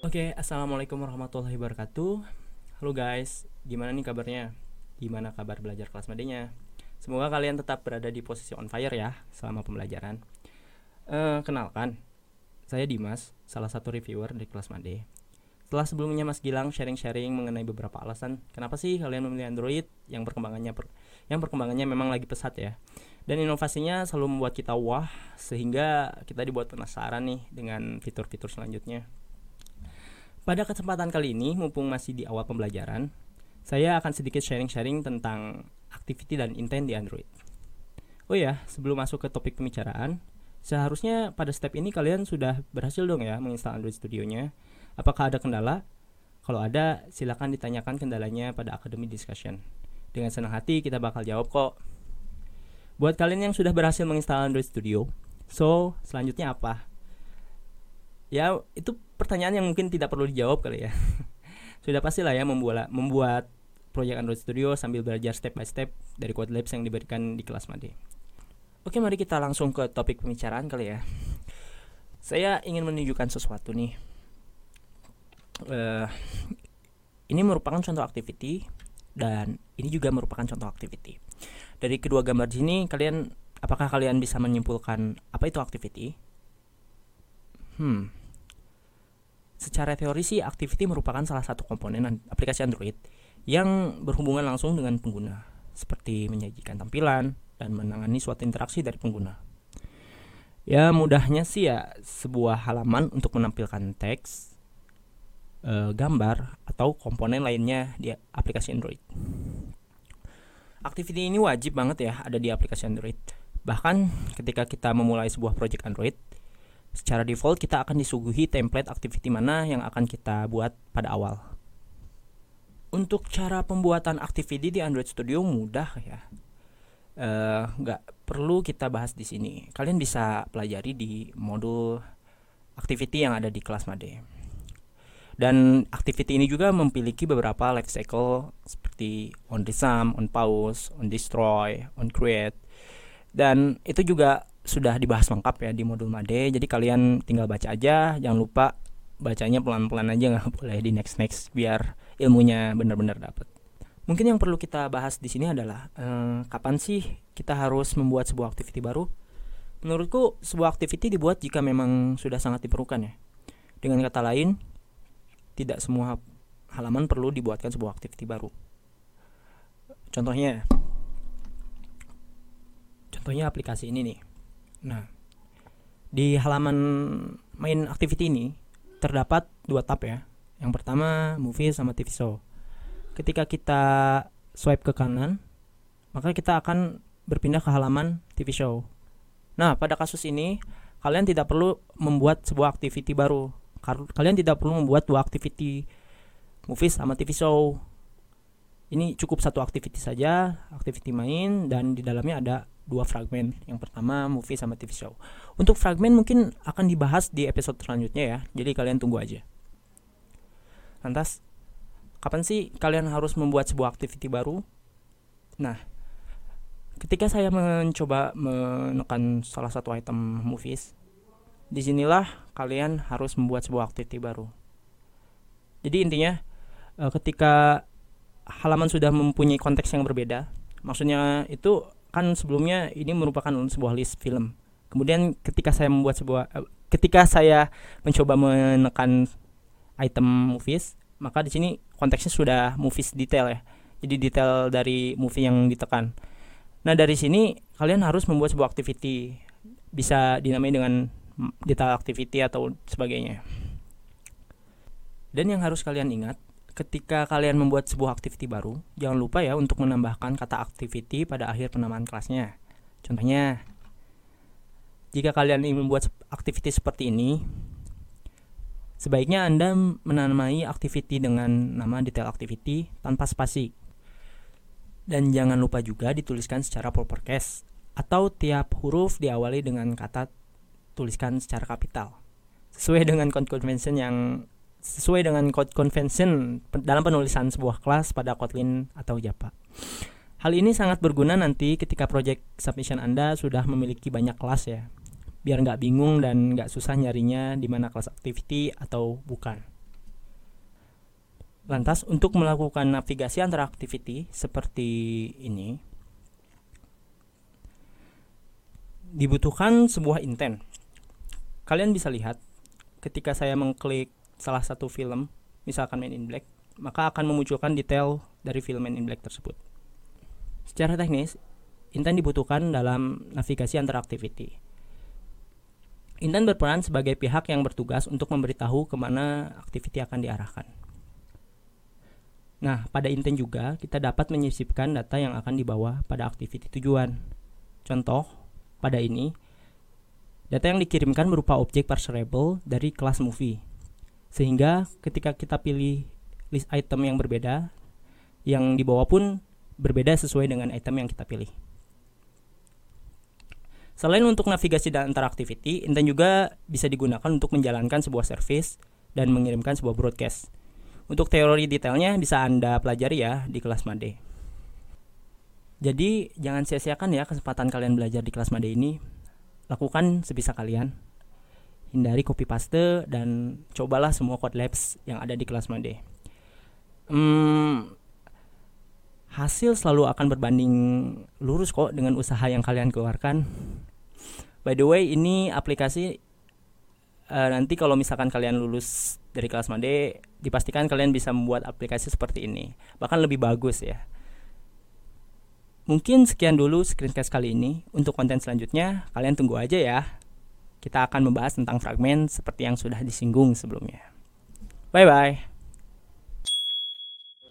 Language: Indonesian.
Oke, assalamualaikum warahmatullahi wabarakatuh. Halo guys, gimana nih kabarnya? Gimana kabar belajar kelas madenya? Semoga kalian tetap berada di posisi on fire ya selama pembelajaran. Kenalkan, saya Dimas, salah satu reviewer di kelas Made. Setelah sebelumnya Mas Gilang sharing-sharing mengenai beberapa alasan kenapa sih kalian memilih Android yang perkembangannya memang lagi pesat ya. Dan inovasinya selalu membuat kita wah, sehingga kita dibuat penasaran nih dengan fitur-fitur selanjutnya. Pada kesempatan kali ini, mumpung masih di awal pembelajaran, saya akan sedikit sharing-sharing tentang activity dan intent di Android. Oh ya, sebelum masuk ke topik pembicaraan, seharusnya pada step ini kalian sudah berhasil dong ya menginstal Android Studio-nya. Apakah ada kendala? Kalau ada, silakan ditanyakan kendalanya pada Academy Discussion. Dengan senang hati kita bakal jawab kok. Buat kalian yang sudah berhasil menginstal Android Studio, selanjutnya apa? Ya, itu pertanyaan yang mungkin tidak perlu dijawab kali ya. Sudah pastilah ya membuat proyek Android Studio sambil belajar step by step dari code labs yang diberikan di kelas Made. Oke, mari kita langsung ke topik pembicaraan kali ya. Saya ingin menunjukkan sesuatu nih. Ini merupakan contoh activity dan ini juga merupakan contoh activity. Dari kedua gambar di sini, apakah kalian bisa menyimpulkan apa itu activity? Secara teori sih, activity merupakan salah satu komponen aplikasi Android yang berhubungan langsung dengan pengguna, seperti menyajikan tampilan dan menangani suatu interaksi dari pengguna. Ya, mudahnya sih ya sebuah halaman untuk menampilkan teks, gambar, atau komponen lainnya di aplikasi Android. Activity ini wajib banget ya ada di aplikasi Android. Bahkan ketika kita memulai sebuah project Android, secara default kita akan disuguhi template activity mana yang akan kita buat pada awal. Untuk cara pembuatan activity di Android Studio mudah ya. Nggak perlu kita bahas di sini. Kalian bisa pelajari di modul activity yang ada di kelas Made. Dan activity ini juga memiliki beberapa life cycle seperti on resume, on pause, on destroy, on create. Dan itu juga sudah dibahas lengkap ya di modul Made. Jadi kalian tinggal baca aja, jangan lupa bacanya pelan-pelan aja, nggak boleh di next biar ilmunya benar-benar dapat. Mungkin yang perlu kita bahas di sini adalah kapan sih kita harus membuat sebuah activity baru? Menurutku sebuah activity dibuat jika memang sudah sangat diperlukan ya. Dengan kata lain, tidak semua halaman perlu dibuatkan sebuah activity baru. Contohnya aplikasi ini nih. Nah, di halaman main activity ini terdapat dua tab ya. Yang pertama movie sama TV show. Ketika kita swipe ke kanan, maka kita akan berpindah ke halaman TV show. Nah, pada kasus ini kalian tidak perlu membuat sebuah activity baru. Kalian tidak perlu membuat dua activity, movie sama TV show. Ini cukup satu activity saja, activity main, dan di dalamnya ada dua fragmen. Yang pertama movie sama TV show. Untuk fragmen mungkin akan dibahas di episode selanjutnya ya. Jadi kalian tunggu aja. Lantas, kapan sih kalian harus membuat sebuah activity baru? Nah, ketika saya mencoba menekan salah satu item movies, disinilah kalian harus membuat sebuah activity baru. Jadi intinya, ketika halaman sudah mempunyai konteks yang berbeda, maksudnya itu kan sebelumnya ini merupakan sebuah list film. Kemudian ketika saya mencoba menekan item movies, maka di sini konteksnya sudah movies detail ya. Jadi detail dari movie yang ditekan. Nah, dari sini kalian harus membuat sebuah activity, bisa dinamai dengan detail activity atau sebagainya. Dan yang harus kalian ingat, ketika kalian membuat sebuah activity baru, jangan lupa ya untuk menambahkan kata activity pada akhir penamaan kelasnya. Contohnya, jika kalian ingin membuat activity seperti ini, sebaiknya Anda menamai activity dengan nama detail activity tanpa spasi. Dan jangan lupa juga dituliskan secara proper case, atau tiap huruf diawali dengan kata tuliskan secara kapital. Sesuai dengan code convention dalam penulisan sebuah kelas pada Kotlin atau Java. Hal ini sangat berguna nanti ketika project submission Anda sudah memiliki banyak kelas ya. biar nggak bingung dan nggak susah nyarinya di mana kelas activity atau bukan. Lantas untuk melakukan navigasi antara activity seperti ini dibutuhkan sebuah intent. Kalian bisa lihat ketika saya mengklik salah satu film, misalkan Men in Black, maka akan memunculkan detail dari film Men in Black tersebut. Secara teknis, intent dibutuhkan dalam navigasi antara activity. Intent berperan sebagai pihak yang bertugas untuk memberitahu kemana activity akan diarahkan. Nah, pada intent juga kita dapat menyisipkan data yang akan dibawa pada activity tujuan. Contoh, pada ini, data yang dikirimkan berupa objek parserable dari kelas movie. Sehingga ketika kita pilih list item yang berbeda, yang dibawa pun berbeda sesuai dengan item yang kita pilih. Selain untuk navigasi dan antara activity, intent juga bisa digunakan untuk menjalankan sebuah service dan mengirimkan sebuah broadcast. Untuk teori detailnya bisa Anda pelajari ya di kelas Made. Jadi jangan sia-siakan ya kesempatan kalian belajar di kelas Made ini. Lakukan sebisa kalian. Hindari copy paste dan cobalah semua code labs yang ada di kelas Made. Hasil selalu akan berbanding lurus kok dengan usaha yang kalian keluarkan. By the way, ini aplikasi nanti kalau misalkan kalian lulus dari kelas Made, dipastikan kalian bisa membuat aplikasi seperti ini, bahkan lebih bagus ya. Mungkin sekian dulu screencast kali ini. Untuk konten selanjutnya kalian tunggu aja ya. Kita akan membahas tentang fragmen seperti yang sudah disinggung sebelumnya. Bye bye.